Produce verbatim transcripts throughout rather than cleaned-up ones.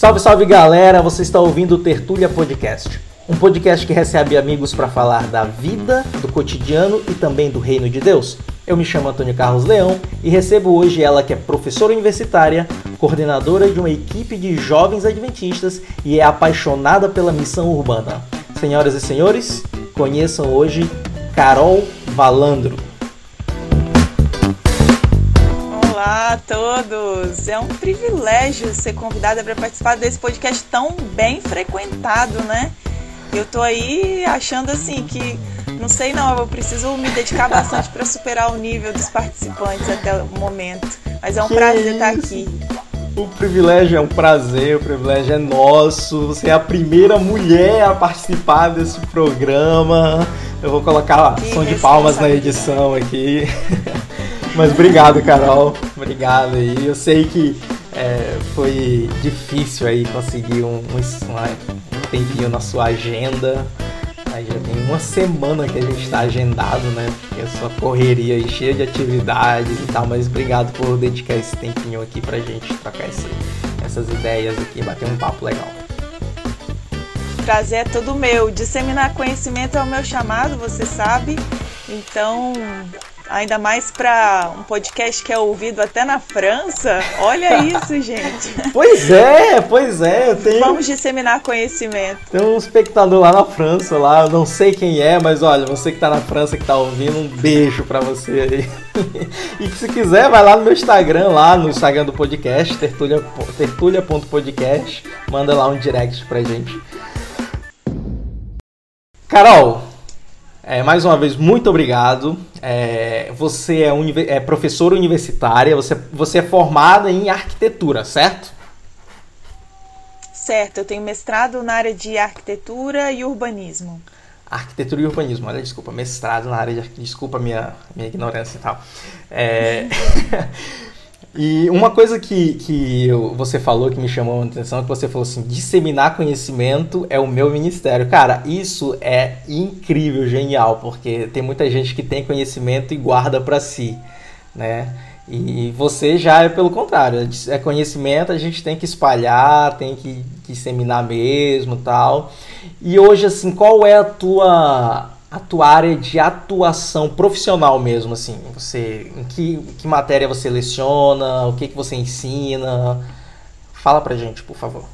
Salve, salve galera, você está ouvindo o Tertúlia Podcast, um podcast que recebe amigos para falar da vida, do cotidiano e também do reino de Deus. Eu me chamo Antônio Carlos Leão e recebo hoje ela que é professora universitária, coordenadora de uma equipe de jovens adventistas e é apaixonada pela missão urbana. Senhoras e senhores, conheçam hoje Carol Valandro. Olá a todos! É um privilégio ser convidada para participar desse podcast tão bem frequentado, né? Eu tô aí achando assim que, não sei não, eu preciso me dedicar bastante para superar o nível dos participantes até o momento. Mas é um que prazer isso? estar aqui. O privilégio é um prazer, o privilégio é nosso. Você é a primeira mulher a participar desse programa. Eu vou colocar Que som de palmas na edição aqui. Mas obrigado, Carol. Obrigado aí. Eu sei que é, foi difícil aí conseguir um, um, um tempinho na sua agenda. Aí já tem uma semana que a gente está agendado, né? Porque a sua correria aí cheia de atividades e tal. Mas obrigado por dedicar esse tempinho aqui pra gente trocar esse, essas ideias aqui, bater um papo legal. Prazer é todo meu. Disseminar conhecimento é o meu chamado, você sabe. Então, ainda mais para um podcast que é ouvido até na França. Olha isso, gente. Pois é, pois é. Eu tenho... Vamos disseminar conhecimento. Tem um espectador lá na França, lá, eu não sei quem é, mas olha, você que tá na França, que tá ouvindo, um beijo pra você aí. E que se quiser, vai lá no meu Instagram, lá no Instagram do podcast, tertulia, tertulia ponto podcast, manda lá um direct pra gente. Carol, é, mais uma vez, muito obrigado. É, você é, univer- é professora universitária, você, você é formada em arquitetura, certo? Certo, eu tenho mestrado na área de arquitetura e urbanismo. Arquitetura e urbanismo, olha, desculpa, mestrado na área de arquitetura, desculpa a minha, minha ignorância e tal. É... E uma coisa que, que eu, você falou que me chamou a atenção é que você falou assim, disseminar conhecimento é o meu ministério. Cara, isso é incrível, genial, porque tem muita gente que tem conhecimento e guarda para si, né? E você já é pelo contrário, é conhecimento, a gente tem que espalhar, tem que disseminar mesmo, tal. E hoje, assim, qual é a tua... a tua área de atuação profissional mesmo, assim, você, em que, que matéria você leciona, o que, que você ensina? Fala pra gente, por favor.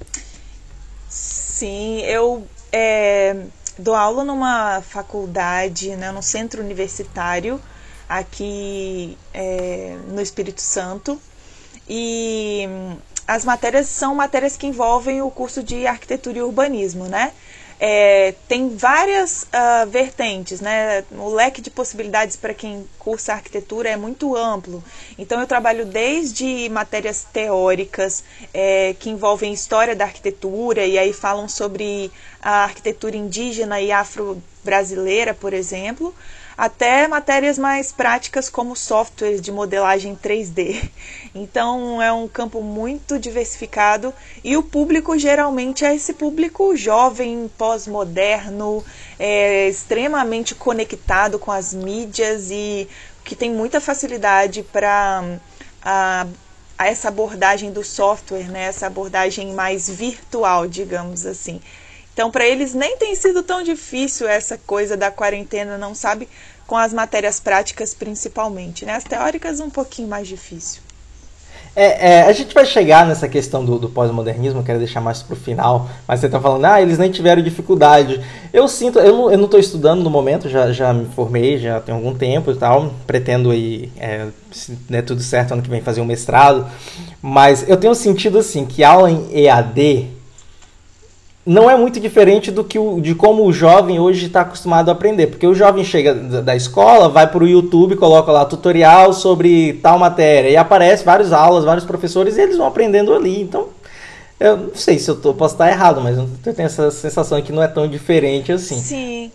Sim, eu é, dou aula numa faculdade, né, num centro universitário aqui é, no Espírito Santo, e as matérias são matérias que envolvem o curso de arquitetura e urbanismo, né? É, tem várias uh, vertentes, né? O leque de possibilidades para quem cursa arquitetura é muito amplo. Então eu trabalho desde matérias teóricas é, que envolvem história da arquitetura e aí falam sobre a arquitetura indígena e afro-brasileira, por exemplo, até matérias mais práticas como softwares de modelagem três D. Então é um campo muito diversificado e o público geralmente é esse público jovem, pós-moderno, é, extremamente conectado com as mídias e que tem muita facilidade para a, a essa abordagem do software, né? Essa abordagem mais virtual, digamos assim. Então, para eles nem tem sido tão difícil essa coisa da quarentena, não sabe, com as matérias práticas principalmente, né? As teóricas um pouquinho mais difícil. É, é, a gente vai chegar nessa questão do, do pós-modernismo, quero deixar mais pro final, mas você tá falando, ah, eles nem tiveram dificuldade. Eu sinto, eu não, eu não tô estudando no momento, já, já me formei, já tem algum tempo e tal, pretendo aí, é, se der tudo certo, ano que vem fazer um mestrado, mas eu tenho sentido assim, que aula em E A D não é muito diferente do que o, de como o jovem hoje está acostumado a aprender. Porque o jovem chega da, da escola, vai para o YouTube, coloca lá tutorial sobre tal matéria, e aparece várias aulas, vários professores, e eles vão aprendendo ali. Então, eu não sei se eu tô, posso estar errado, mas eu tenho essa sensação que não é tão diferente assim. Sim.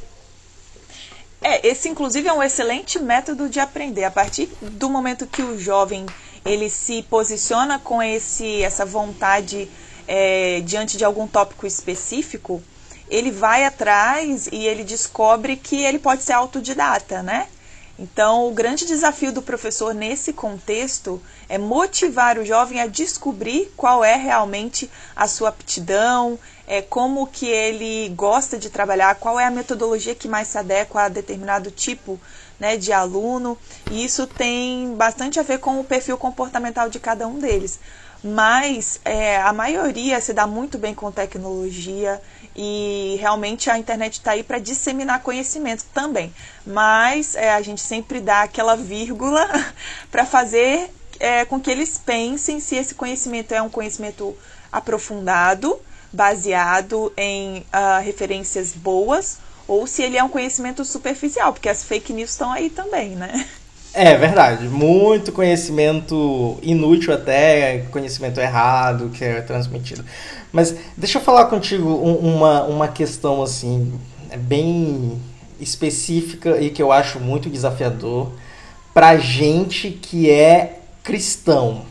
É, esse inclusive é um excelente método de aprender. A partir do momento que o jovem ele se posiciona com esse, essa vontade É, diante de algum tópico específico, ele vai atrás e ele descobre que ele pode ser autodidata, né? Então, o grande desafio do professor nesse contexto é motivar o jovem a descobrir qual é realmente a sua aptidão, é, como que ele gosta de trabalhar, qual é a metodologia que mais se adequa a determinado tipo, né, de aluno. E isso tem bastante a ver com o perfil comportamental de cada um deles. Mas é, a maioria se dá muito bem com tecnologia e realmente a internet está aí para disseminar conhecimento também. Mas é, a gente sempre dá aquela vírgula para fazer é, com que eles pensem se esse conhecimento é um conhecimento aprofundado, baseado em uh, referências boas, ou se ele é um conhecimento superficial, porque as fake news estão aí também, né? É verdade, muito conhecimento inútil até, conhecimento errado que é transmitido. Mas deixa eu falar contigo um, uma, uma questão assim, bem específica e que eu acho muito desafiador pra gente que é cristão.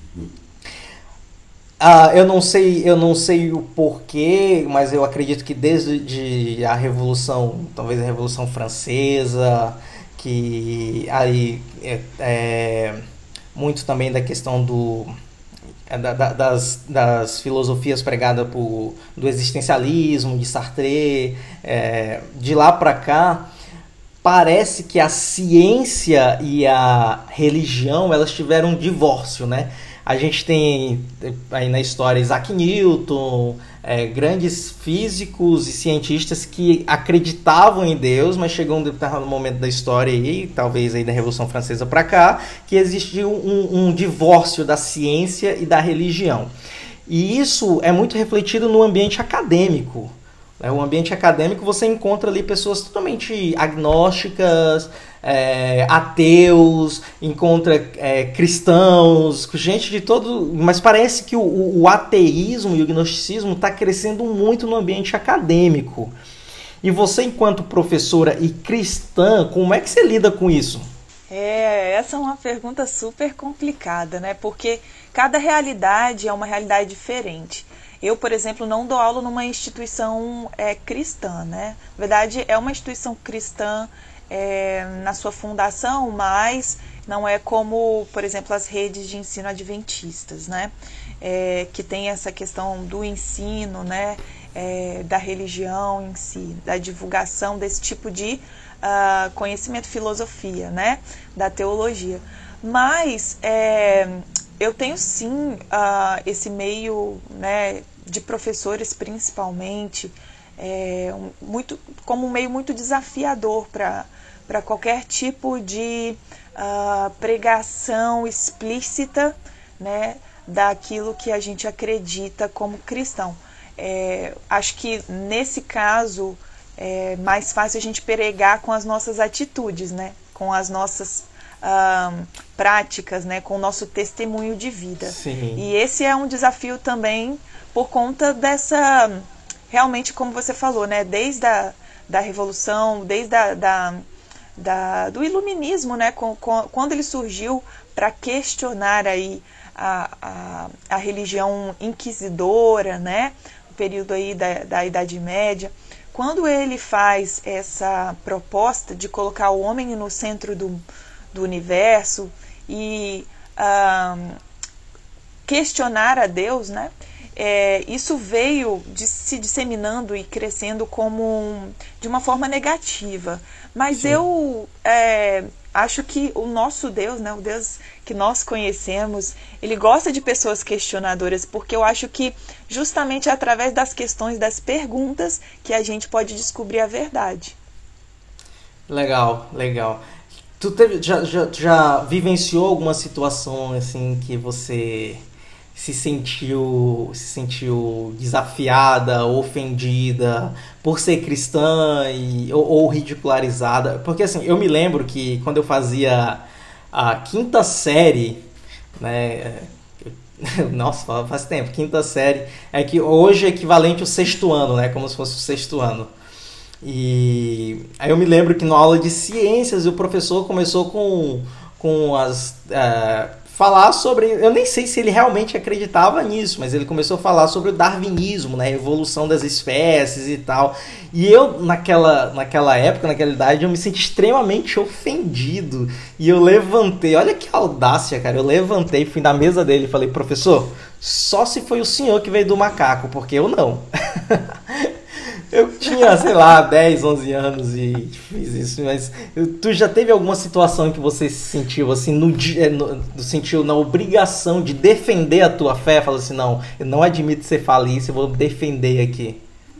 Ah, eu não sei, eu não sei o porquê, mas eu acredito que desde de a Revolução, talvez a Revolução Francesa, que aí é, é muito também da questão do da, da, das, das filosofias pregadas por, do existencialismo, de Sartre, é, de lá para cá parece que a ciência e a religião elas tiveram um divórcio, né? A gente tem aí na história Isaac Newton, é, grandes físicos e cientistas que acreditavam em Deus, mas chegou um determinado momento da história aí, talvez aí da Revolução Francesa para cá, que existiu um, um divórcio da ciência e da religião. E isso é muito refletido no ambiente acadêmico. O ambiente acadêmico você encontra ali pessoas totalmente agnósticas, é, ateus, encontra é, cristãos, gente de todo... Mas parece que o, o ateísmo e o gnosticismo está crescendo muito no ambiente acadêmico. E você, enquanto professora e cristã, como é que você lida com isso? É, essa é uma pergunta super complicada, né? Porque cada realidade é uma realidade diferente. Eu, por exemplo, não dou aula numa instituição é, cristã, né? Na verdade, é uma instituição cristã é, na sua fundação, mas não é como, por exemplo, as redes de ensino adventistas, né? É, que tem essa questão do ensino, né? É, da religião em si, da divulgação desse tipo de uh, conhecimento, filosofia, né? Da teologia. Mas é, eu tenho sim uh, esse meio, né, de professores principalmente, é, muito, como um meio muito desafiador para para qualquer tipo de uh, pregação explícita, né, daquilo que a gente acredita como cristão. É, acho que nesse caso é mais fácil a gente pregar com as nossas atitudes, né, com as nossas Uh, práticas, né, com o nosso testemunho de vida. Sim. E esse é um desafio também por conta dessa, realmente como você falou, né, desde a da Revolução, desde a, da, da, do Iluminismo, né, com, com, quando ele surgiu para questionar aí a, a, a religião inquisidora, né, o período aí da, da Idade Média, quando ele faz essa proposta de colocar o homem no centro do do universo e um, questionar a Deus, né? É, isso veio de, se disseminando e crescendo como um, de uma forma negativa. Mas Sim. eu é, acho que o nosso Deus, né, o Deus que nós conhecemos, ele gosta de pessoas questionadoras, porque eu acho que justamente é através das questões, das perguntas, que a gente pode descobrir a verdade. Legal, legal. Tu teve, já, já, já vivenciou alguma situação assim que você se sentiu, se sentiu desafiada, ofendida por ser cristã e, ou, ou ridicularizada? Porque assim, eu me lembro que quando eu fazia a quinta série, né, nossa, faz tempo, quinta série, é que hoje é equivalente ao sexto ano, né, como se fosse o sexto ano. E aí eu me lembro que na aula de ciências o professor começou com, com as uh, falar sobre, eu nem sei se ele realmente acreditava nisso, mas ele começou a falar sobre o darwinismo, né, a evolução das espécies e tal. E eu, naquela, naquela época, naquela idade, eu me senti extremamente ofendido. E eu levantei, olha que audácia, cara, eu levantei, fui na mesa dele e falei, professor, só se foi o senhor que veio do macaco, porque eu não. Eu tinha, sei lá, dez, onze anos e fiz isso, mas tu já teve alguma situação em que você se sentiu assim, no, no, sentiu na obrigação de defender a tua fé? Falou assim, não, eu não admito que você fale isso, eu vou defender aqui.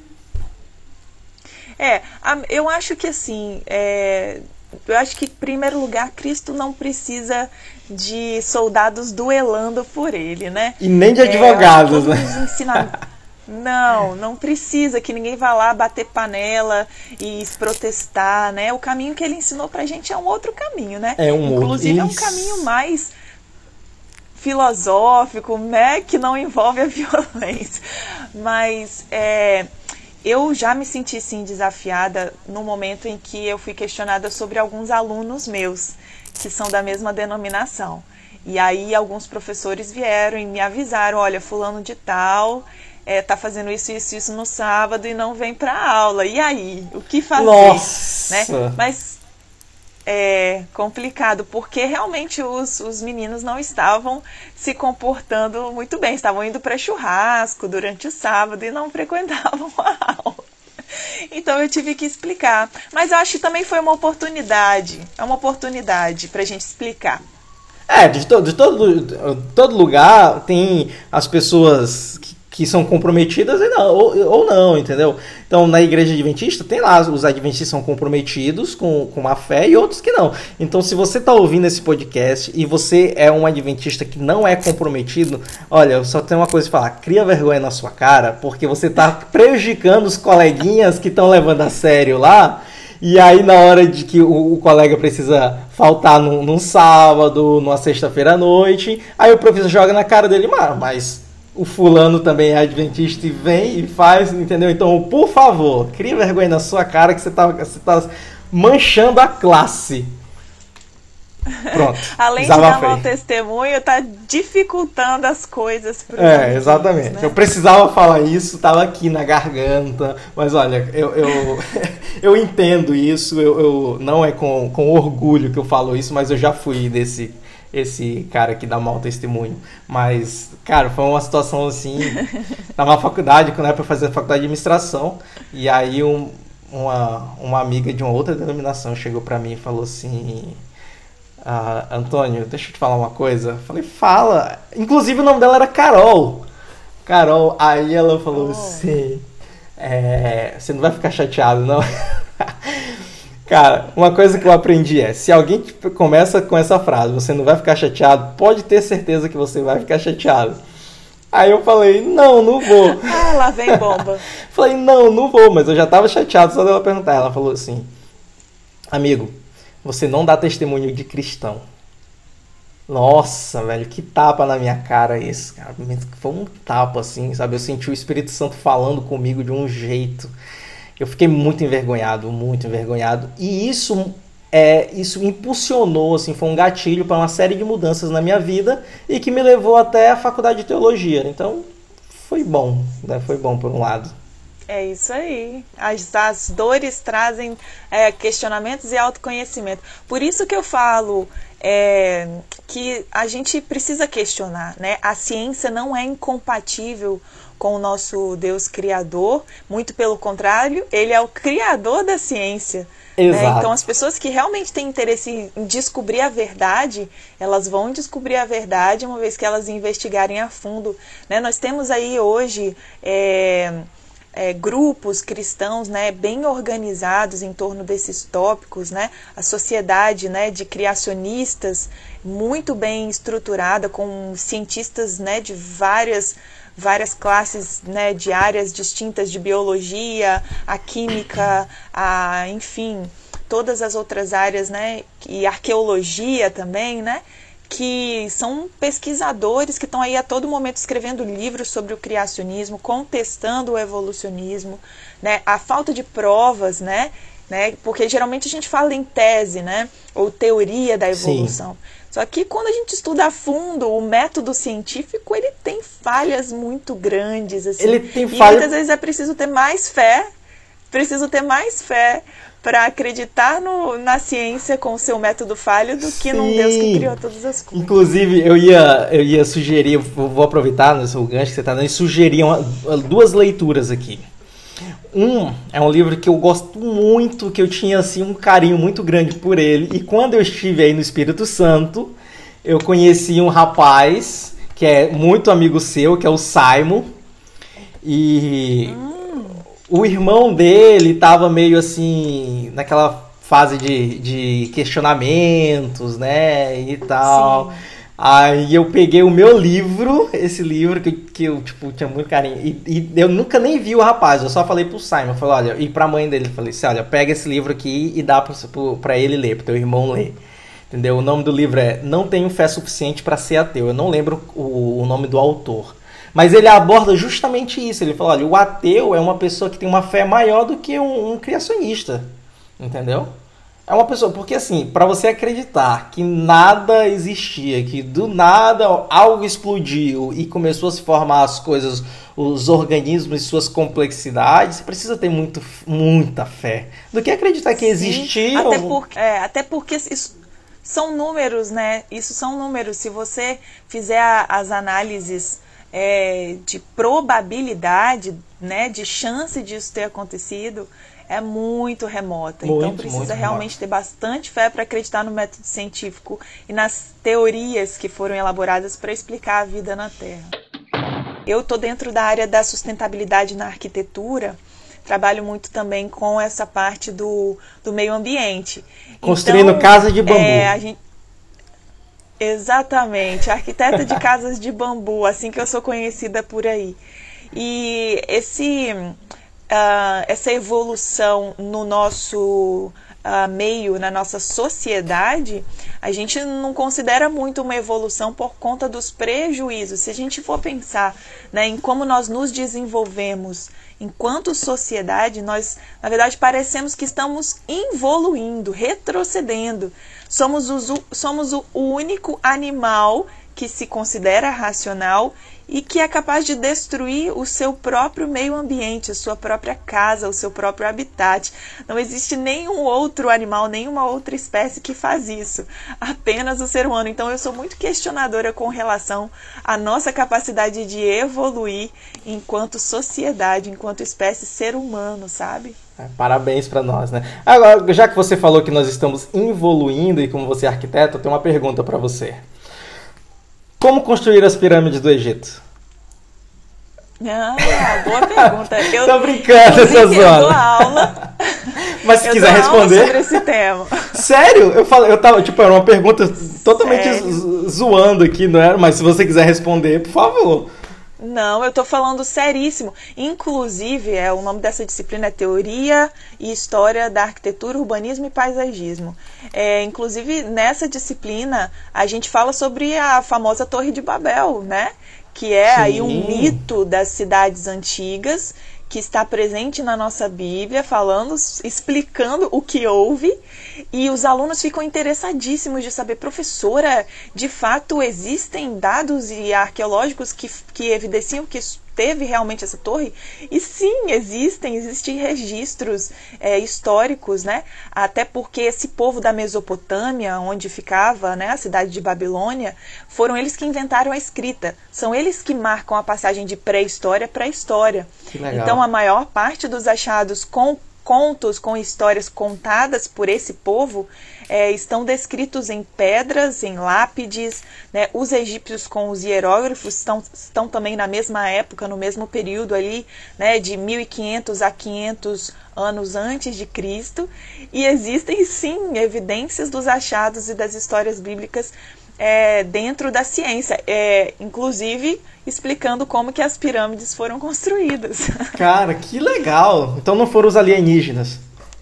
É, eu acho que assim, é, eu acho que em primeiro lugar, Cristo não precisa de soldados duelando por ele, né? E nem de advogados, é, né? Ensinamentos. Não, não precisa que ninguém vá lá bater panela e protestar, né? O caminho que ele ensinou pra gente é um outro caminho, né? É um Inclusive outro. é um caminho mais filosófico, né? Que não envolve a violência. Mas é, eu já me senti, sim, desafiada no momento em que eu fui questionada sobre alguns alunos meus, que são da mesma denominação. E aí alguns professores vieram e me avisaram, olha, fulano de tal... É, tá fazendo isso, isso, isso no sábado e não vem pra aula. E aí? O que fazer? Nossa! Né? Mas é complicado, porque realmente os, os meninos não estavam se comportando muito bem. Estavam indo para churrasco durante o sábado e não frequentavam a aula. Então eu tive que explicar. Mas eu acho que também foi uma oportunidade. É uma oportunidade pra gente explicar. É, de, to, de todo, todo lugar tem as pessoas que que são comprometidas e não, ou, ou não, entendeu? Então, na igreja adventista, tem lá, os adventistas são comprometidos com, com a fé e outros que não. Então, se você está ouvindo esse podcast e você é um adventista que não é comprometido, olha, eu só tenho uma coisa a falar, cria vergonha na sua cara, porque você está prejudicando os coleguinhas que estão levando a sério lá. E aí, na hora de que o, o colega precisa faltar num, num sábado, numa sexta-feira à noite, aí o professor joga na cara dele, mas o fulano também é adventista e vem e faz, entendeu? Então, por favor, cria vergonha na sua cara que você está você tá manchando a classe. Pronto. Além de dar mau testemunho, tá dificultando as coisas para os É, amigos, exatamente. Né? Eu precisava falar isso, tava aqui na garganta, mas olha, eu, eu, eu entendo isso, eu, eu não é com, com orgulho que eu falo isso, mas eu já fui desse esse cara que dá mau testemunho. Mas, cara, foi uma situação assim, tava na faculdade, quando era para fazer a faculdade de administração, e aí um, uma, uma amiga de uma outra denominação chegou para mim e falou assim, ah, Antônio, deixa eu te falar uma coisa. Eu falei, fala. Inclusive o nome dela era Carol. Carol, aí ela falou oh. assim, é, você não vai ficar chateado, não? Cara, uma coisa que eu aprendi é, se alguém começa com essa frase, você não vai ficar chateado, pode ter certeza que você vai ficar chateado. Aí eu falei, não, não vou. Ah, lá vem bomba. Falei, não, não vou, mas eu já tava chateado só dela perguntar. Ela falou assim, amigo, você não dá testemunho de cristão. Nossa, velho, que tapa na minha cara isso, cara. Foi um tapa, assim, sabe? Eu senti o Espírito Santo falando comigo de um jeito. Eu fiquei muito envergonhado, muito envergonhado. E isso, é, isso impulsionou, assim, foi um gatilho para uma série de mudanças na minha vida e que me levou até a faculdade de teologia. Então, foi bom, né? Foi bom por um lado. É isso aí. As, as dores trazem é, questionamentos e autoconhecimento. Por isso que eu falo é, que a gente precisa questionar, né? A ciência não é incompatível com o nosso Deus criador, muito pelo contrário, ele é o criador da ciência. Né? Então as pessoas que realmente têm interesse em descobrir a verdade, elas vão descobrir a verdade uma vez que elas investigarem a fundo. Né? Nós temos aí hoje é, é, grupos cristãos, né, bem organizados em torno desses tópicos, né? A sociedade, né, de criacionistas muito bem estruturada, com cientistas, né, de várias várias classes, né, de áreas distintas de biologia, a química, a, enfim, todas as outras áreas, né, e arqueologia também, né, que são pesquisadores que estão aí a todo momento escrevendo livros sobre o criacionismo, contestando o evolucionismo, né, a falta de provas, né, né? Porque geralmente a gente fala em tese, né? Ou teoria da evolução. Sim. Só que quando a gente estuda a fundo, o método científico, ele tem falhas muito grandes, assim. Ele tem e falha... muitas vezes é preciso ter mais fé, preciso ter mais fé para acreditar no, na ciência com o seu método falho do que Sim. num Deus que criou todas as coisas. Inclusive, eu ia, eu ia sugerir, vou aproveitar no seu gancho que você está dando, e sugerir uma, duas leituras aqui. Um é um livro que eu gosto muito, que eu tinha assim, um carinho muito grande por ele. E quando eu estive aí no Espírito Santo, eu conheci um rapaz que é muito amigo seu, que é o Simon. E hum. o irmão dele estava meio assim, naquela fase de, de questionamentos, né, e tal. Sim. Aí eu peguei o meu livro, esse livro que, que eu tipo, tinha muito carinho, e, e eu nunca nem vi o rapaz, eu só falei pro Simon, eu falei, olha, e pra mãe dele, eu falei assim, olha, pega esse livro aqui e dá pra, pra ele ler, pro teu irmão ler, entendeu? O nome do livro é Não Tenho Fé Suficiente para Ser Ateu, eu não lembro o, o nome do autor, mas ele aborda justamente isso, ele fala, olha, o ateu é uma pessoa que tem uma fé maior do que um, um criacionista, entendeu? É uma pessoa, porque assim, para você acreditar que nada existia, que do nada algo explodiu e começou a se formar as coisas, os organismos e suas complexidades, você precisa ter muito, muita fé do que acreditar que existia. Até, por, é, até porque isso são números, né? Isso são números. Se você fizer a, as análises é, de probabilidade, né, de chance disso ter acontecido, é muito remota. Muito, então precisa realmente remota. ter bastante fé para acreditar no método científico e nas teorias que foram elaboradas para explicar a vida na Terra. Eu estou dentro da área da sustentabilidade na arquitetura, trabalho muito também com essa parte do, do meio ambiente. Construindo então, casa de bambu. É, a gente... Exatamente, arquiteta de casas de bambu, assim que eu sou conhecida por aí. E esse... Uh, essa evolução no nosso uh, meio, na nossa sociedade, a gente não considera muito uma evolução por conta dos prejuízos. Se a gente for pensar, né, em como nós nos desenvolvemos enquanto sociedade, nós, na verdade, parecemos que estamos involuindo, retrocedendo. Somos, os, somos o único animal que se considera racional e que é capaz de destruir o seu próprio meio ambiente, a sua própria casa, o seu próprio habitat. Não existe nenhum outro animal, nenhuma outra espécie que faz isso, apenas o ser humano. Então eu sou muito questionadora com relação à nossa capacidade de evoluir enquanto sociedade, enquanto espécie ser humano, sabe? Parabéns para nós, né? Agora, já que você falou que nós estamos evoluindo e como você é arquiteto, eu tenho uma pergunta para você. Como construir as pirâmides do Egito? Ah, boa pergunta. Eu, Tô brincando, essa zona. Eu dou aula. Mas se eu quiser dou responder. Aula sobre esse tema. Sério? Eu falei, eu tava, tipo, era uma pergunta totalmente Sério? zoando aqui, não era? Mas se você quiser responder, por favor. Não, eu tô falando seríssimo. Inclusive, é, o nome dessa disciplina é Teoria e História da Arquitetura, Urbanismo e Paisagismo. É, inclusive, nessa disciplina, a gente fala sobre a famosa Torre de Babel, né? Que é Sim. aí um mito das cidades antigas, que está presente na nossa Bíblia, falando, explicando o que houve, e os alunos ficam interessadíssimos de saber, professora, de fato existem dados e arqueológicos que, que evidenciam que teve realmente essa torre? E sim, existem, existem registros é, históricos, né? Até porque esse povo da Mesopotâmia, onde ficava, né, a cidade de Babilônia, foram eles que inventaram a escrita. São eles que marcam a passagem de pré-história para história. Que legal. Então, a maior parte dos achados com contos, com histórias contadas por esse povo, é, estão descritos em pedras, em lápides, né? Os egípcios com os hieróglifos estão, estão também na mesma época, no mesmo período ali, né, de mil e quinhentos a quinhentos anos antes de Cristo, e existem sim evidências dos achados e das histórias bíblicas é, dentro da ciência, é, inclusive explicando como que as pirâmides foram construídas. Cara, que legal! Então não foram os alienígenas.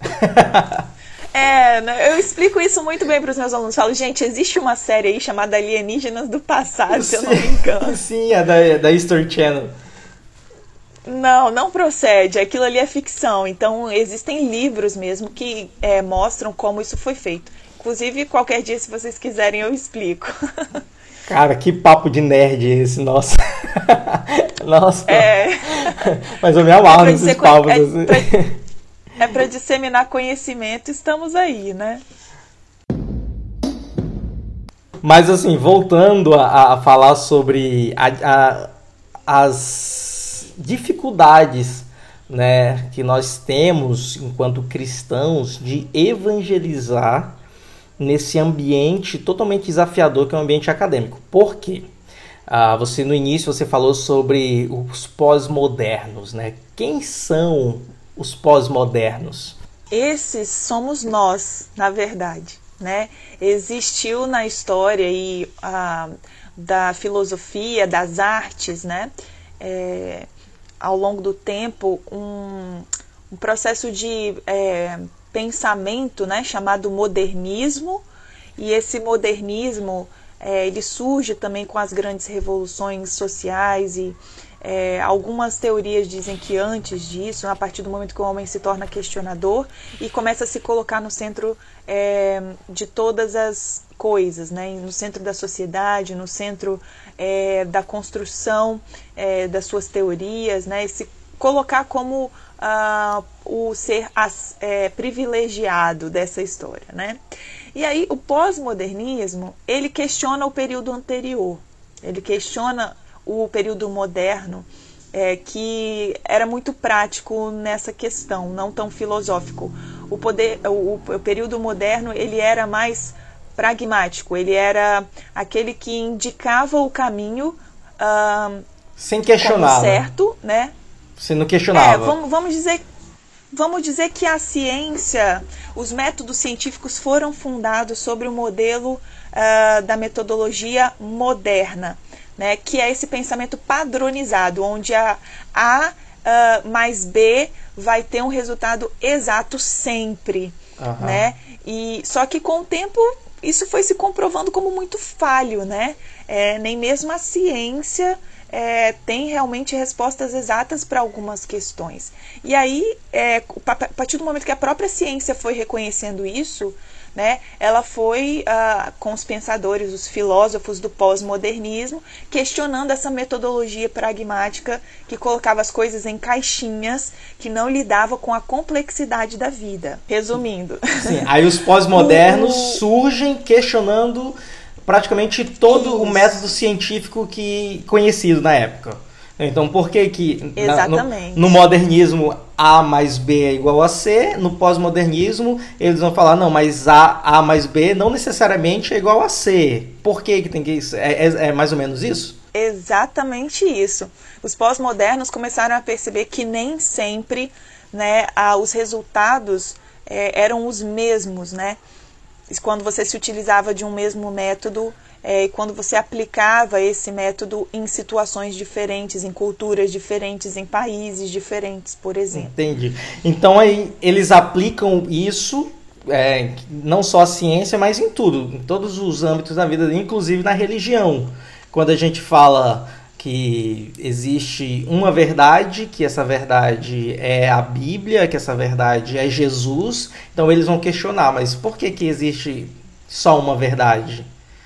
É, eu explico isso muito bem para os meus alunos. Falo, gente, existe uma série aí chamada Alienígenas do Passado, se eu não me engano. Sim, é da, da History Channel. Não, não procede. Aquilo ali é ficção. Então, existem livros mesmo que é, mostram como isso foi feito. Inclusive, qualquer dia, se vocês quiserem, eu explico. Cara, que papo de nerd esse, nossa. Nossa. É... Mas eu me amarro é nesses papos. É, assim. pra... é para disseminar conhecimento, estamos aí, né? Mas assim, voltando a, a falar sobre a, a, as dificuldades, né, que nós temos enquanto cristãos de evangelizar nesse ambiente totalmente desafiador que é o ambiente acadêmico. Por quê? Ah, você no início você falou sobre os pós-modernos, né? Quem são os pós-modernos? Esses somos nós, na verdade, né? Existiu na história e, a, da filosofia, das artes, né? É, ao longo do tempo, um, um processo de é, pensamento, né? Chamado modernismo, e esse modernismo é, ele surge também com as grandes revoluções sociais e É, algumas teorias dizem que antes disso, a partir do momento que o homem se torna questionador e começa a se colocar no centro é, de todas as coisas, né? No centro da sociedade, no centro é, da construção é, das suas teorias, né? E se colocar como ah, o ser as, é, privilegiado dessa história, né? E aí o pós-modernismo, ele questiona o período anterior, ele questiona o período moderno, é, que era muito prático nessa questão, não tão filosófico. O, poder, o, o período moderno ele era mais pragmático, ele era aquele que indicava o caminho ah, sem questionar, como certo, né? Você não questionava. É, vamos, vamos dizer, vamos dizer que a ciência, os métodos científicos foram fundados sobre o modelo ah, da metodologia moderna, né, que é esse pensamento padronizado, onde a A uh, mais B vai ter um resultado exato sempre. Uhum. Né? E, só que com o tempo isso foi se comprovando como muito falho, né? É, nem mesmo a ciência é, tem realmente respostas exatas para algumas questões. E aí, é, a partir do momento que a própria ciência foi reconhecendo isso, né, ela foi uh, com os pensadores, os filósofos do pós-modernismo, questionando essa metodologia pragmática que colocava as coisas em caixinhas, que não lidava com a complexidade da vida. Resumindo. Sim, aí os pós-modernos o... surgem questionando praticamente todo Isso. o método científico que conhecido na época. Então, por que que na, no, no modernismo A mais B é igual a C, no pós-modernismo eles vão falar, não, mas A, A mais B não necessariamente é igual a C. Por que que tem que isso? É, é, é mais ou menos isso? Exatamente isso. Os pós-modernos começaram a perceber que nem sempre, né, a, os resultados é, eram os mesmos, né? Quando você se utilizava de um mesmo método, É, quando você aplicava esse método em situações diferentes, em culturas diferentes, em países diferentes, por exemplo. Entendi. Então aí eles aplicam isso, é, não só a ciência, mas em tudo, em todos os âmbitos da vida, inclusive na religião. Quando a gente fala que existe uma verdade, que essa verdade é a Bíblia, que essa verdade é Jesus, então eles vão questionar, mas por que que existe só uma verdade?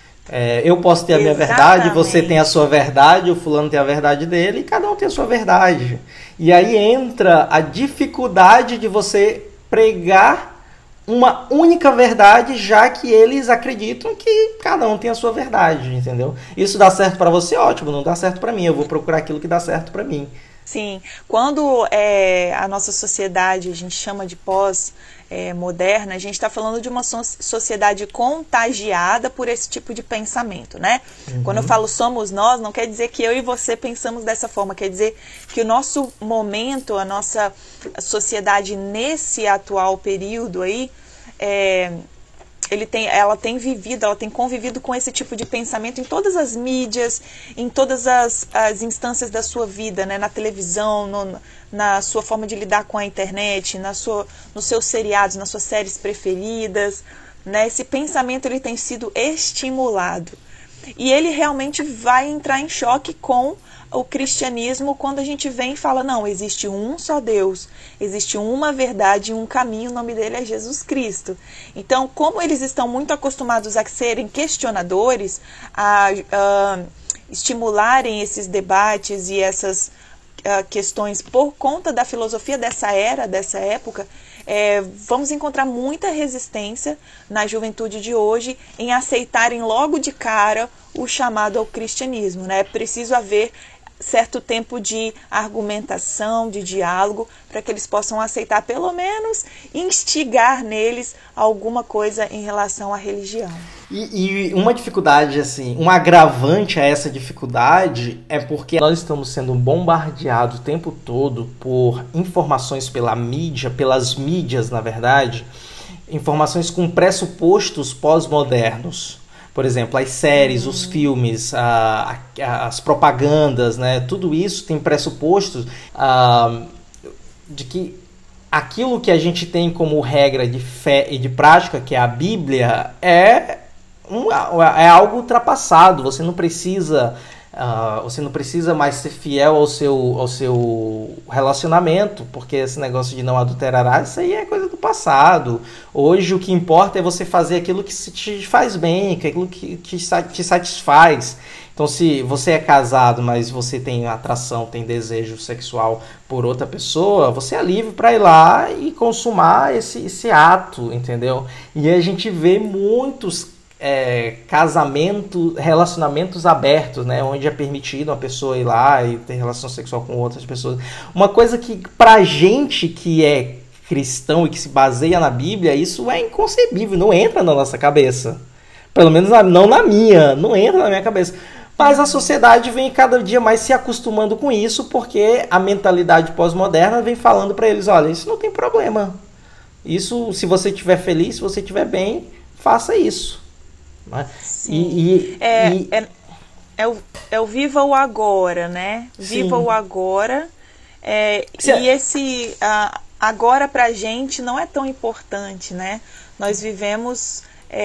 É, eu posso ter a minha Exatamente. verdade, você tem a sua verdade, o fulano tem a verdade dele, e cada um tem a sua verdade. E aí entra a dificuldade de você pregar uma única verdade, já que eles acreditam que cada um tem a sua verdade, entendeu? Isso dá certo para você, ótimo, não dá certo para mim, eu vou procurar aquilo que dá certo para mim. Sim, quando é, a nossa sociedade, a gente chama de pós é, moderna, a gente está falando de uma so- sociedade contagiada por esse tipo de pensamento, né? Uhum. Quando eu falo somos nós, não quer dizer que eu e você pensamos dessa forma, quer dizer que o nosso momento, a nossa sociedade nesse atual período aí, é, ele tem, ela tem vivido, ela tem convivido com esse tipo de pensamento em todas as mídias, em todas as, as instâncias da sua vida, né? Na televisão, no, na sua forma de lidar com a internet, na sua, nos seus seriados, nas suas séries preferidas, né? Esse pensamento ele tem sido estimulado. e ele realmente vai entrar em choque com o cristianismo quando a gente vem e fala, não, existe um só Deus, existe uma verdade e um caminho, o nome dele é Jesus Cristo. Então, como eles estão muito acostumados a serem questionadores, a, a estimularem esses debates e essas a, questões por conta da filosofia dessa era, dessa época, é, vamos encontrar muita resistência na juventude de hoje em aceitarem logo de cara o chamado ao cristianismo, né? É preciso haver certo tempo de argumentação, de diálogo, para que eles possam aceitar, pelo menos, instigar neles alguma coisa em relação à religião. E, e uma dificuldade, assim, um agravante a essa dificuldade é porque nós estamos sendo bombardeados o tempo todo por informações pela mídia, pelas mídias, na verdade, informações com pressupostos pós-modernos. Por exemplo, as séries, os filmes, a, a, as propagandas, né? Tudo isso tem pressupostos a, de que aquilo que a gente tem como regra de fé e de prática, que é a Bíblia, é, um, é algo ultrapassado. Você não precisa... Uh, você não precisa mais ser fiel ao seu, ao seu relacionamento, porque esse negócio de não adulterar, isso aí é coisa do passado. Hoje o que importa é você fazer aquilo que te faz bem, aquilo que te, te satisfaz. Então, se você é casado, mas você tem atração, tem desejo sexual por outra pessoa, você é livre para ir lá e consumar esse, esse ato, entendeu? E a gente vê muitos É, casamento, relacionamentos abertos, né, onde é permitido uma pessoa ir lá e ter relação sexual com outras pessoas. Uma coisa que pra gente que é cristão e que se baseia na Bíblia, isso é inconcebível, não entra na nossa cabeça. Pelo menos não na minha, não entra na minha cabeça. Mas a sociedade vem cada dia mais se acostumando com isso, porque a mentalidade pós-moderna vem falando para eles, olha, isso não tem problema. Isso, se você estiver feliz, se você estiver bem, faça isso. E, e, é, e... É, é, o, é o viva o agora, né? Viva Sim. o agora. É, e esse a, agora pra gente não é tão importante, né? Nós vivemos,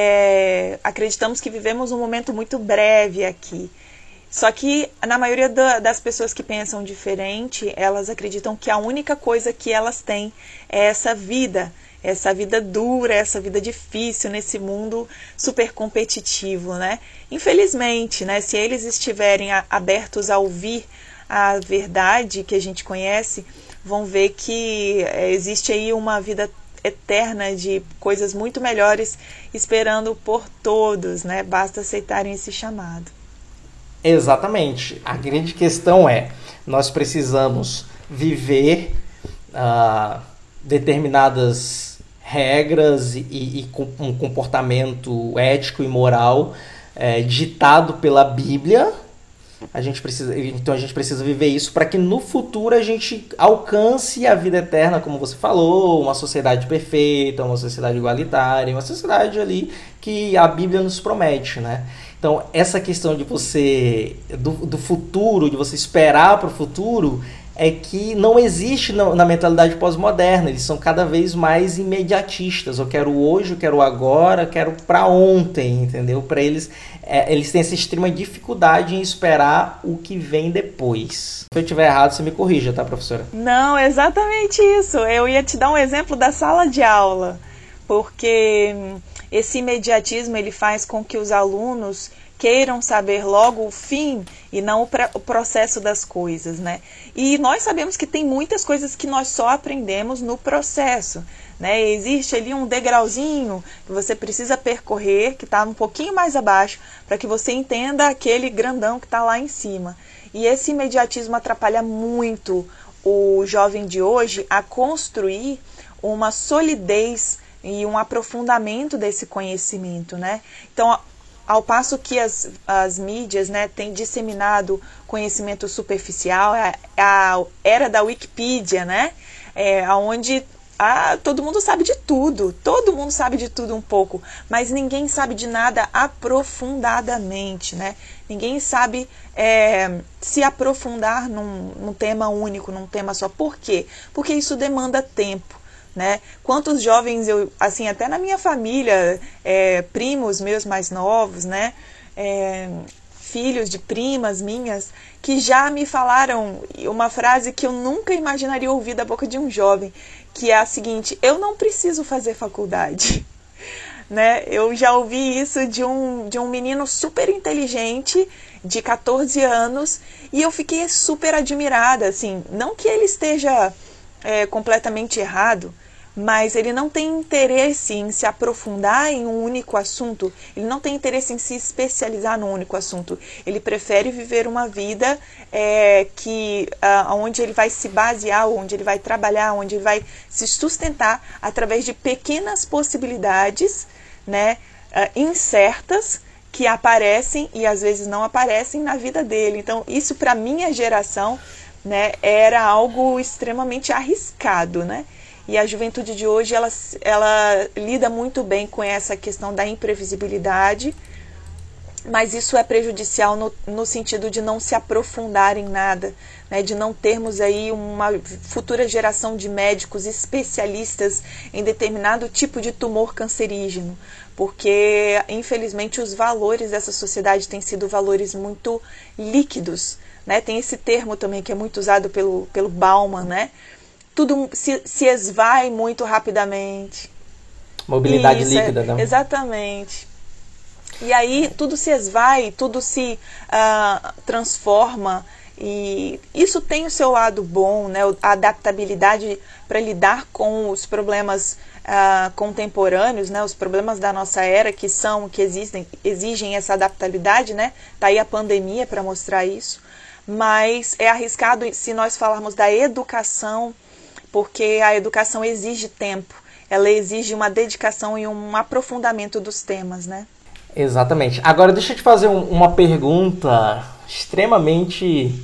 é, acreditamos que vivemos um momento muito breve aqui. Só que na maioria da, das pessoas que pensam diferente, elas acreditam que a única coisa que elas têm é essa vida. Essa vida dura, essa vida difícil nesse mundo super competitivo, né? Infelizmente, né? Se eles estiverem a, abertos a ouvir a verdade que a gente conhece, vão ver que é, existe aí uma vida eterna de coisas muito melhores esperando por todos, né? Basta aceitarem esse chamado. Exatamente. A grande questão é, nós precisamos viver uh, determinadas regras e, e com um comportamento ético e moral é, ditado pela Bíblia. A gente precisa, então a gente precisa viver isso para que no futuro a gente alcance a vida eterna, como você falou, uma sociedade perfeita, uma sociedade igualitária, uma sociedade ali que a Bíblia nos promete, né? Então essa questão de você do, do futuro, de você esperar para o futuro, é que não existe na mentalidade pós-moderna. Eles são cada vez mais imediatistas. Eu quero hoje, eu quero agora, eu quero para ontem, entendeu? Para eles, é, eles têm essa extrema dificuldade em esperar o que vem depois. Se eu estiver errado, você me corrija, tá, professora? Não, exatamente isso. Eu ia te dar um exemplo da sala de aula, porque esse imediatismo ele faz com que os alunos queiram saber logo o fim e não o, o processo das coisas, né? E nós sabemos que tem muitas coisas que nós só aprendemos no processo, né? Existe ali um degrauzinho que você precisa percorrer, que está um pouquinho mais abaixo, para que você entenda aquele grandão que está lá em cima. E esse imediatismo atrapalha muito o jovem de hoje a construir uma solidez e um aprofundamento desse conhecimento, né? Então, ao passo que as, as mídias, né, têm disseminado conhecimento superficial, a, a era da Wikipedia, né, é, onde a, todo mundo sabe de tudo, todo mundo sabe de tudo um pouco, mas ninguém sabe de nada aprofundadamente, né? Ninguém sabe é, se aprofundar num, num tema único, num tema só. Por quê? Porque isso demanda tempo. Né? Quantos jovens, eu, assim, até na minha família, é, primos meus mais novos, né, é, filhos de primas minhas que já me falaram uma frase que eu nunca imaginaria ouvir da boca de um jovem, que é a seguinte: eu não preciso fazer faculdade. Né? Eu já ouvi isso de um, de um menino super inteligente, de catorze anos, e eu fiquei super admirada, assim, não que ele esteja é, completamente errado, mas ele não tem interesse em se aprofundar em um único assunto, ele não tem interesse em se especializar num único assunto, ele prefere viver uma vida é, que, uh, onde ele vai se basear, onde ele vai trabalhar, onde ele vai se sustentar através de pequenas possibilidades, né, uh, incertas, que aparecem e às vezes não aparecem na vida dele. Então isso para minha geração, né, era algo extremamente arriscado, né? E a juventude de hoje ela, ela lida muito bem com essa questão da imprevisibilidade, mas isso é prejudicial no, no sentido de não se aprofundar em nada, né, de não termos aí uma futura geração de médicos especialistas em determinado tipo de tumor cancerígeno, porque infelizmente os valores dessa sociedade têm sido valores muito líquidos, né? Tem esse termo também que é muito usado pelo, pelo Bauman, né? Tudo se, se esvai muito rapidamente. Mobilidade Isso, líquida, é, né? Exatamente. E aí tudo se esvai, tudo se uh, transforma, e isso tem o seu lado bom, né? A adaptabilidade para lidar com os problemas uh, contemporâneos, né? Os problemas da nossa era que são, que existem, exigem essa adaptabilidade, né? Tá aí a pandemia para mostrar isso, mas é arriscado se nós falarmos da educação, porque a educação exige tempo, ela exige uma dedicação e um aprofundamento dos temas, né? Exatamente. Agora deixa eu te fazer um, uma pergunta extremamente,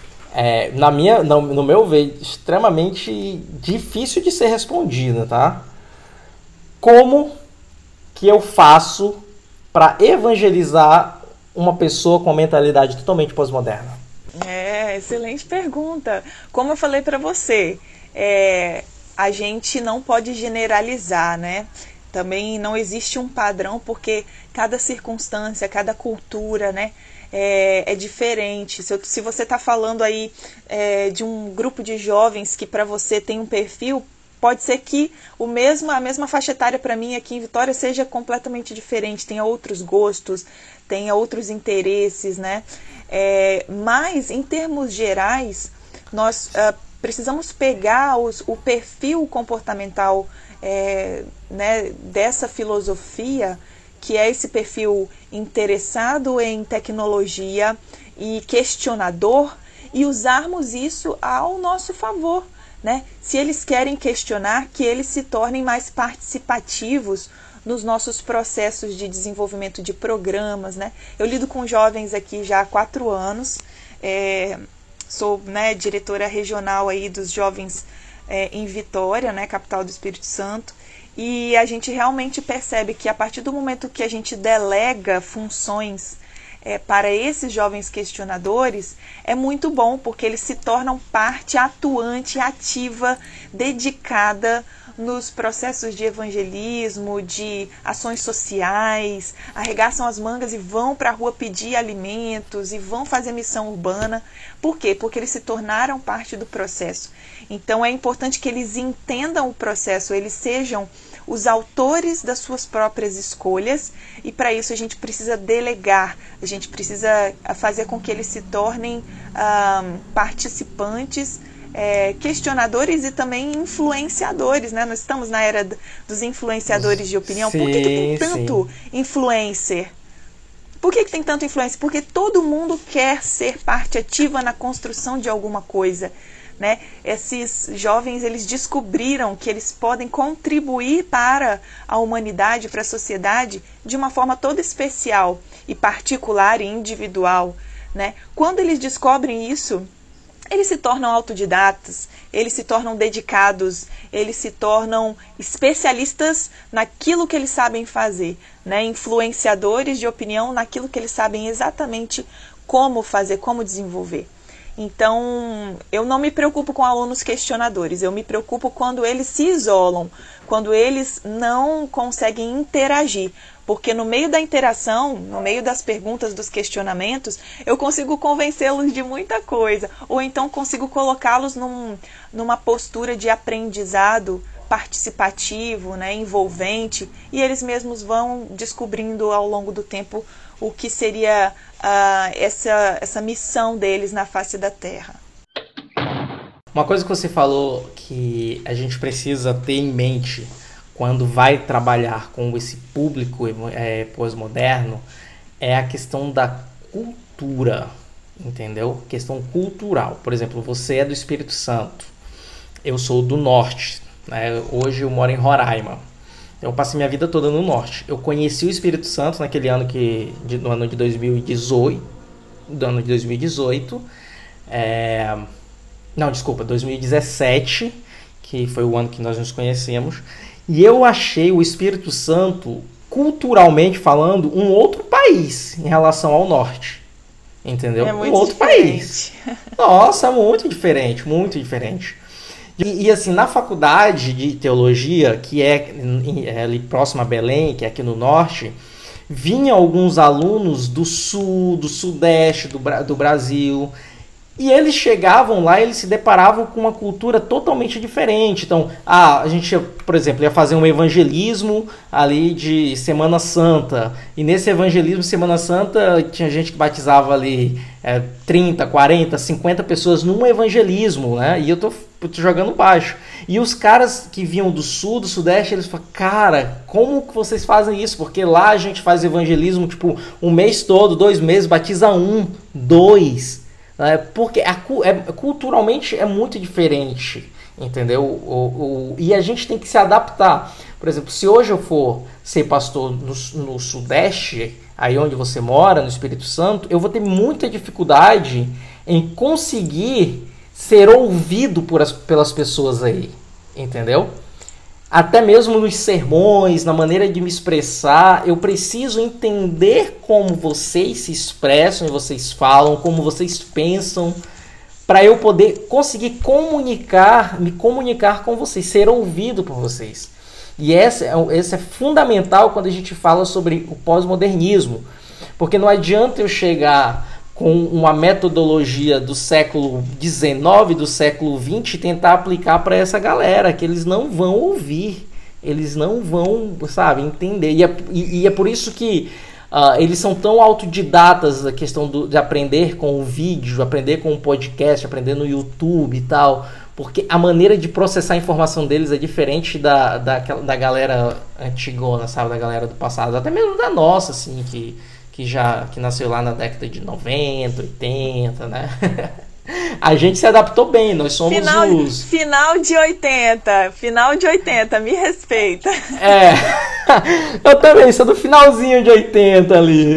é, na minha, no, no meu ver, extremamente difícil de ser respondida, tá? Como que eu faço para evangelizar uma pessoa com uma mentalidade totalmente pós-moderna? É, excelente pergunta. Como eu falei para você, é, a gente não pode generalizar, né? Também não existe um padrão, porque cada circunstância, cada cultura, né, é, é diferente. Se, eu, se você está falando aí é, de um grupo de jovens que para você tem um perfil, pode ser que o mesmo, a mesma faixa etária para mim aqui em Vitória seja completamente diferente, tenha outros gostos, tenha outros interesses, né? É, mas, em termos gerais, nós uh, precisamos pegar os, o perfil comportamental É, né, dessa filosofia, que é esse perfil interessado em tecnologia e questionador, e usarmos isso ao nosso favor, né? Se eles querem questionar, que eles se tornem mais participativos nos nossos processos de desenvolvimento de programas, né? Eu lido com jovens aqui já há quatro anos, é, sou, né, diretora regional aí dos jovens É, em Vitória, né, capital do Espírito Santo, e a gente realmente percebe que a partir do momento que a gente delega funções é, para esses jovens questionadores, é muito bom, porque eles se tornam parte atuante, ativa, dedicada nos processos de evangelismo, de ações sociais, arregaçam as mangas e vão para a rua pedir alimentos e vão fazer missão urbana. Por quê? Porque eles se tornaram parte do processo. Então é importante que eles entendam o processo, eles sejam os autores das suas próprias escolhas, e para isso a gente precisa delegar, a gente precisa fazer com que eles se tornem ah, participantes, É, questionadores e também influenciadores, né? Nós estamos na era dos influenciadores de opinião. Sim, Por que, que tem tanto sim. influencer? Por que, que tem tanto influencer? Porque todo mundo quer ser parte ativa na construção de alguma coisa, né? Esses jovens, eles descobriram que eles podem contribuir para a humanidade, para a sociedade, de uma forma toda especial e particular e individual, né? Quando eles descobrem isso, eles se tornam autodidatas, eles se tornam dedicados, eles se tornam especialistas naquilo que eles sabem fazer, né? Influenciadores de opinião naquilo que eles sabem exatamente como fazer, como desenvolver. Então, eu não me preocupo com alunos questionadores, eu me preocupo quando eles se isolam, quando eles não conseguem interagir. Porque no meio da interação, no meio das perguntas, dos questionamentos, eu consigo convencê-los de muita coisa. Ou então consigo colocá-los num, numa postura de aprendizado participativo, né, envolvente, e eles mesmos vão descobrindo ao longo do tempo o que seria uh, essa, essa missão deles na face da Terra. Uma coisa que você falou que a gente precisa ter em mente quando vai trabalhar com esse público é, pós-moderno é a questão da cultura, entendeu? Questão cultural. Por exemplo, você é do Espírito Santo, eu sou do Norte, né? Hoje eu moro em Roraima. Eu passei minha vida toda no Norte. Eu conheci o Espírito Santo naquele ano que, de, no ano de dois mil e dezoito. Do ano de dois mil e dezoito. É, não, desculpa, dois mil e dezessete, que foi o ano que nós nos conhecemos. E eu achei o Espírito Santo, culturalmente falando, um outro país em relação ao Norte. Entendeu? É muito um outro diferente. país. Nossa, muito diferente, muito diferente. E, e assim, na faculdade de teologia, que é, é ali próximo a Belém, que é aqui no norte, vinham alguns alunos do sul, do sudeste do, do Brasil, e eles chegavam lá e eles se deparavam com uma cultura totalmente diferente. Então, ah, a gente, por exemplo, ia fazer um evangelismo ali de Semana Santa, e nesse evangelismo de Semana Santa tinha gente que batizava ali é, trinta, quarenta, cinquenta pessoas num evangelismo, né? E eu tô, eu tô jogando baixo. E os caras que vinham do sul, do sudeste, eles falam, cara, como que vocês fazem isso? Porque lá a gente faz evangelismo, tipo, um mês todo, dois meses, batiza um, dois... É, porque a, é, culturalmente é muito diferente, entendeu? O, o, e a gente tem que se adaptar. Por exemplo, se hoje eu for ser pastor no, no Sudeste, aí onde você mora, no Espírito Santo, eu vou ter muita dificuldade em conseguir ser ouvido por as, pelas pessoas aí, entendeu? Até mesmo nos sermões, na maneira de me expressar, eu preciso entender como vocês se expressam e vocês falam, como vocês pensam, para eu poder conseguir comunicar, me comunicar com vocês, ser ouvido por vocês. E essa é, essa é fundamental quando a gente fala sobre o pós-modernismo, porque não adianta eu chegar com uma metodologia do século dezenove, do século vinte, e tentar aplicar para essa galera, que eles não vão ouvir, eles não vão, sabe, entender. E é, e, e é por isso que uh, eles são tão autodidatas na questão do, de aprender com o vídeo, aprender com o podcast, aprender no YouTube e tal, porque a maneira de processar a informação deles é diferente da, da, da galera antigona, sabe, da galera do passado, até mesmo da nossa, assim, que... que já que nasceu lá na década de noventa, oitenta, né? A gente se adaptou bem, nós somos final, os... Final de oitenta, final de oitenta, me respeita. É, eu também sou do finalzinho de oitenta ali.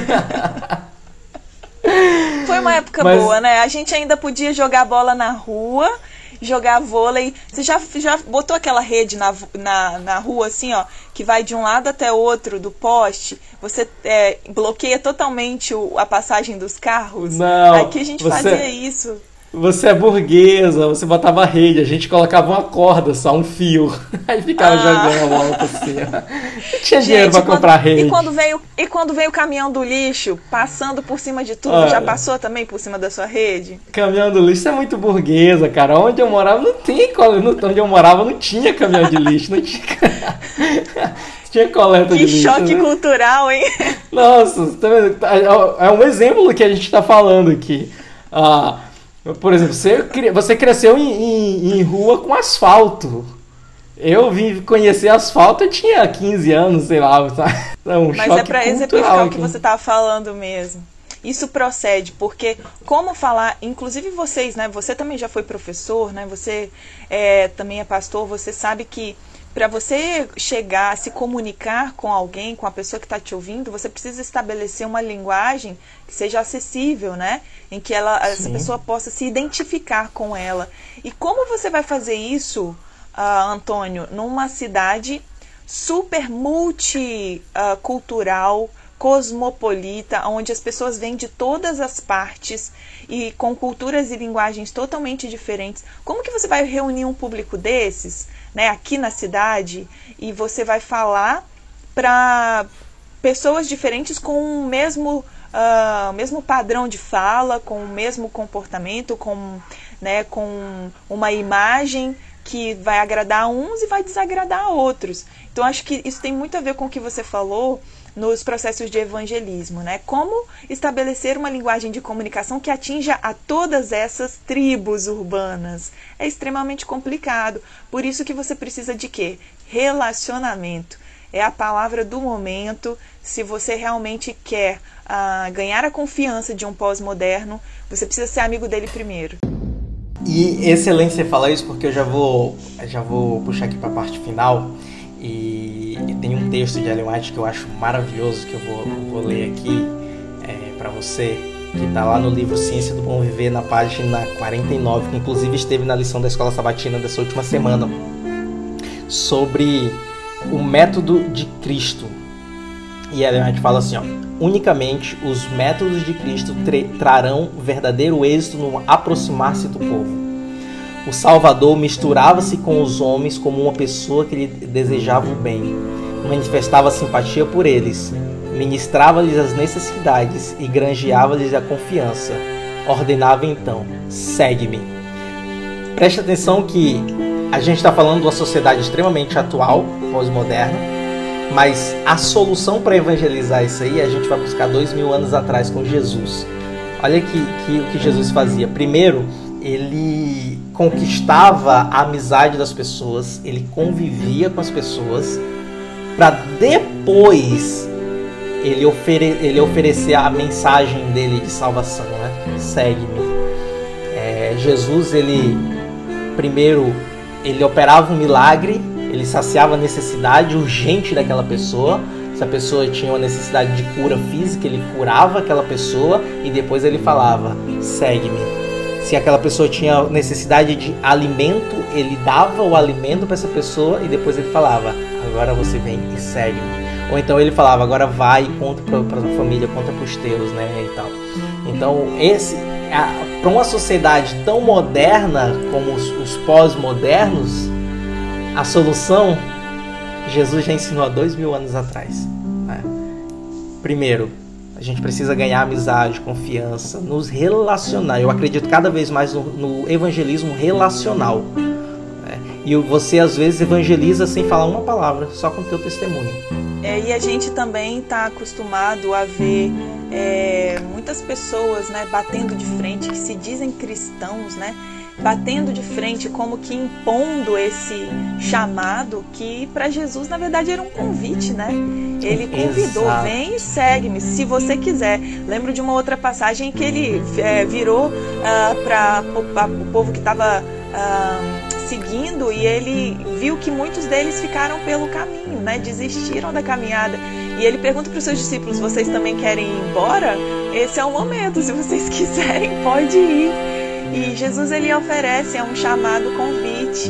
Foi uma época Mas... boa, né? A gente ainda podia jogar bola na rua, jogar vôlei. Você já, já botou aquela rede na, na, na rua, assim, ó, que vai de um lado até o outro do poste? Você é, bloqueia totalmente o, a passagem dos carros? Não. Aqui a gente você, fazia isso. Você é burguesa, você botava a rede, a gente colocava uma corda só, um fio. Aí ficava ah. jogando a bola por cima. Não tinha gente, dinheiro pra quando, comprar rede. E quando, veio, e quando veio o caminhão do lixo, passando por cima de tudo, Olha, já passou também por cima da sua rede? Caminhão do lixo é muito burguesa, cara. Onde eu morava não tem, onde eu morava não tinha caminhão de lixo, não tinha... tinha coleta que de lixo. Que choque, né? Cultural, hein? Nossa, é um exemplo que a gente tá falando aqui. Ah... Por exemplo, você, você cresceu em, em, em rua com asfalto. Eu vim conhecer asfalto, eu tinha quinze anos, sei lá. É um Mas é para exemplificar o que você estava falando mesmo. Isso procede, porque como falar, inclusive vocês, né? Você também já foi professor, né? Você é, também é pastor, você sabe que para você chegar, se comunicar com alguém, com a pessoa que está te ouvindo, você precisa estabelecer uma linguagem que seja acessível, né? Em que ela, essa pessoa possa se identificar com ela. E como você vai fazer isso, uh, Antônio, numa cidade super multicultural, uh, cosmopolita, onde as pessoas vêm de todas as partes e com culturas e linguagens totalmente diferentes. Como que você vai reunir um público desses, né, aqui na cidade, e você vai falar para pessoas diferentes com o mesmo, uh, mesmo padrão de fala, com o mesmo comportamento, com, né, com uma imagem que vai agradar a uns e vai desagradar a outros. Então, acho que isso tem muito a ver com o que você falou nos processos de evangelismo, né? Como estabelecer uma linguagem de comunicação que atinja a todas essas tribos urbanas. É extremamente complicado. Por isso que você precisa de quê? Relacionamento. É a palavra do momento. Se você realmente quer uh, ganhar a confiança de um pós-moderno, você precisa ser amigo dele primeiro. E excelente você falar isso, porque eu já vou, já vou puxar aqui para a parte final. E tem um texto de Ellen White que eu acho maravilhoso, que eu vou, vou ler aqui é, para você, que está lá no livro Ciência do Bom Viver, na página quarenta e nove, que inclusive esteve na lição da Escola Sabatina dessa última semana, sobre o método de Cristo. E Ellen White fala assim, ó: unicamente os métodos de Cristo trarão verdadeiro êxito no aproximar-se do povo. O Salvador misturava-se com os homens como uma pessoa que lhe desejava o bem, manifestava simpatia por eles, ministrava-lhes as necessidades e granjeava-lhes a confiança. Ordenava então: segue-me. Preste atenção que a gente está falando de uma sociedade extremamente atual, pós-moderna, mas a solução para evangelizar isso aí, a gente vai buscar dois mil anos atrás com Jesus. Olha que, que, o que Jesus fazia. Primeiro, ele conquistava a amizade das pessoas, ele convivia com as pessoas, para depois ele, ofere- ele oferecer a mensagem dele de salvação, né? Segue-me. É, Jesus, ele primeiro, ele operava um milagre, ele saciava a necessidade urgente daquela pessoa. Se a pessoa tinha uma necessidade de cura física, ele curava aquela pessoa e depois ele falava: segue-me. Se aquela pessoa tinha necessidade de alimento, ele dava o alimento para essa pessoa e depois ele falava: agora você vem e segue-me. Ou então ele falava: agora vai e conta para a família, conta para os teus, né, e tal. Então, esse, para uma sociedade tão moderna como os, os pós-modernos, a solução, Jesus já ensinou há dois mil anos atrás, né? Primeiro, a gente precisa ganhar amizade, confiança, nos relacionar. Eu acredito cada vez mais no, no evangelismo relacional, né? E você às vezes evangeliza sem falar uma palavra, só com o teu testemunho. É, e a gente também está acostumado a ver é, muitas pessoas, né, batendo de frente, que se dizem cristãos, né, batendo de frente, como que impondo esse chamado que para Jesus na verdade era um convite, né? Ele convidou: exato, vem e segue-me se você quiser. Lembro de uma outra passagem que ele é, virou uh, para o povo que estava uh, seguindo, e ele viu que muitos deles ficaram pelo caminho, né? Desistiram da caminhada. E ele pergunta para os seus discípulos: vocês também querem ir embora? Esse é o momento, se vocês quiserem, pode ir. E Jesus, ele oferece, é um chamado convite.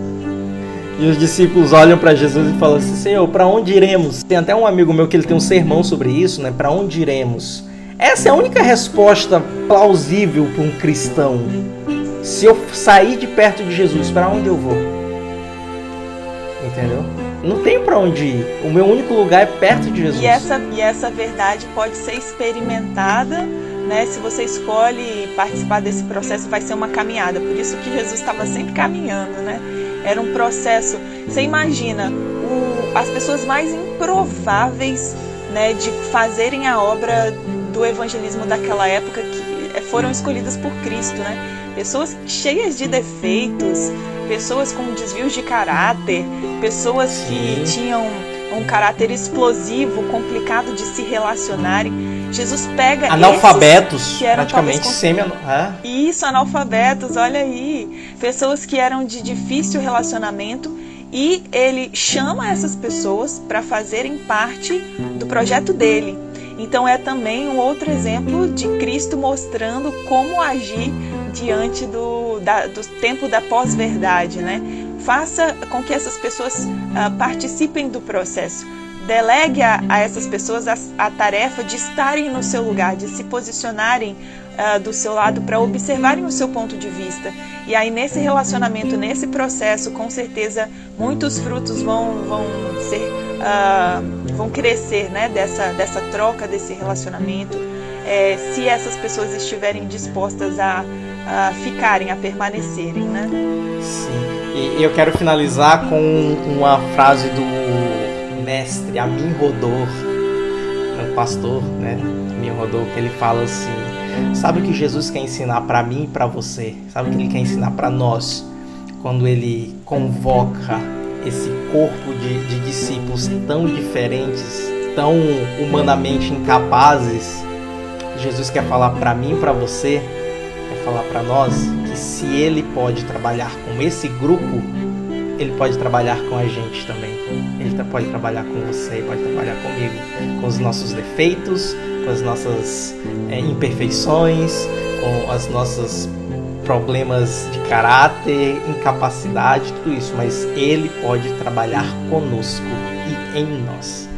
E os discípulos olham para Jesus e falam assim: Senhor, para onde iremos? Tem até um amigo meu que ele tem um sermão sobre isso, né? Para onde iremos? Essa é a única resposta plausível para um cristão. Se eu sair de perto de Jesus, para onde eu vou? Entendeu? Não tem para onde ir. O meu único lugar é perto de Jesus. E essa, e essa verdade pode ser experimentada, né? Se você escolhe participar desse processo, vai ser uma caminhada. Por isso que Jesus estava sempre caminhando, né? Era um processo. Você imagina o, as pessoas mais improváveis, né, de fazerem a obra do evangelismo daquela época, que foram escolhidas por Cristo, né? Pessoas cheias de defeitos, pessoas com desvios de caráter, pessoas Sim. que tinham um caráter explosivo, complicado de se relacionarem. Jesus pega analfabetos, esses que eram praticamente talvez, semi é. Isso, analfabetos, olha aí, pessoas que eram de difícil relacionamento, e ele chama essas pessoas para fazerem parte do projeto dele. Então é também um outro exemplo de Cristo mostrando como agir diante do, da, do tempo da pós-verdade, né? Faça com que essas pessoas uh, participem do processo. delegue a, a essas pessoas a, a tarefa de estarem no seu lugar, de se posicionarem uh, do seu lado para observarem o seu ponto de vista. E aí nesse relacionamento, nesse processo, com certeza muitos frutos vão, vão ser, uh, vão crescer, né, dessa, dessa troca, desse relacionamento, é, se essas pessoas estiverem dispostas a, a ficarem, a permanecerem, né? Sim. E eu quero finalizar com uma frase do mestre Amin Rodor, um pastor, né, Amin Rodor, que ele fala assim: sabe o que Jesus quer ensinar para mim e para você? Sabe o que ele quer ensinar para nós? Quando ele convoca esse corpo de, de discípulos tão diferentes, tão humanamente incapazes, Jesus quer falar para mim e para você, quer falar para nós que se ele pode trabalhar com esse grupo, ele pode trabalhar com a gente também. Ele pode trabalhar com você, pode trabalhar comigo, com os nossos defeitos, com as nossas é, imperfeições, com as nossas problemas de caráter, incapacidade, tudo isso, mas ele pode trabalhar conosco e em nós.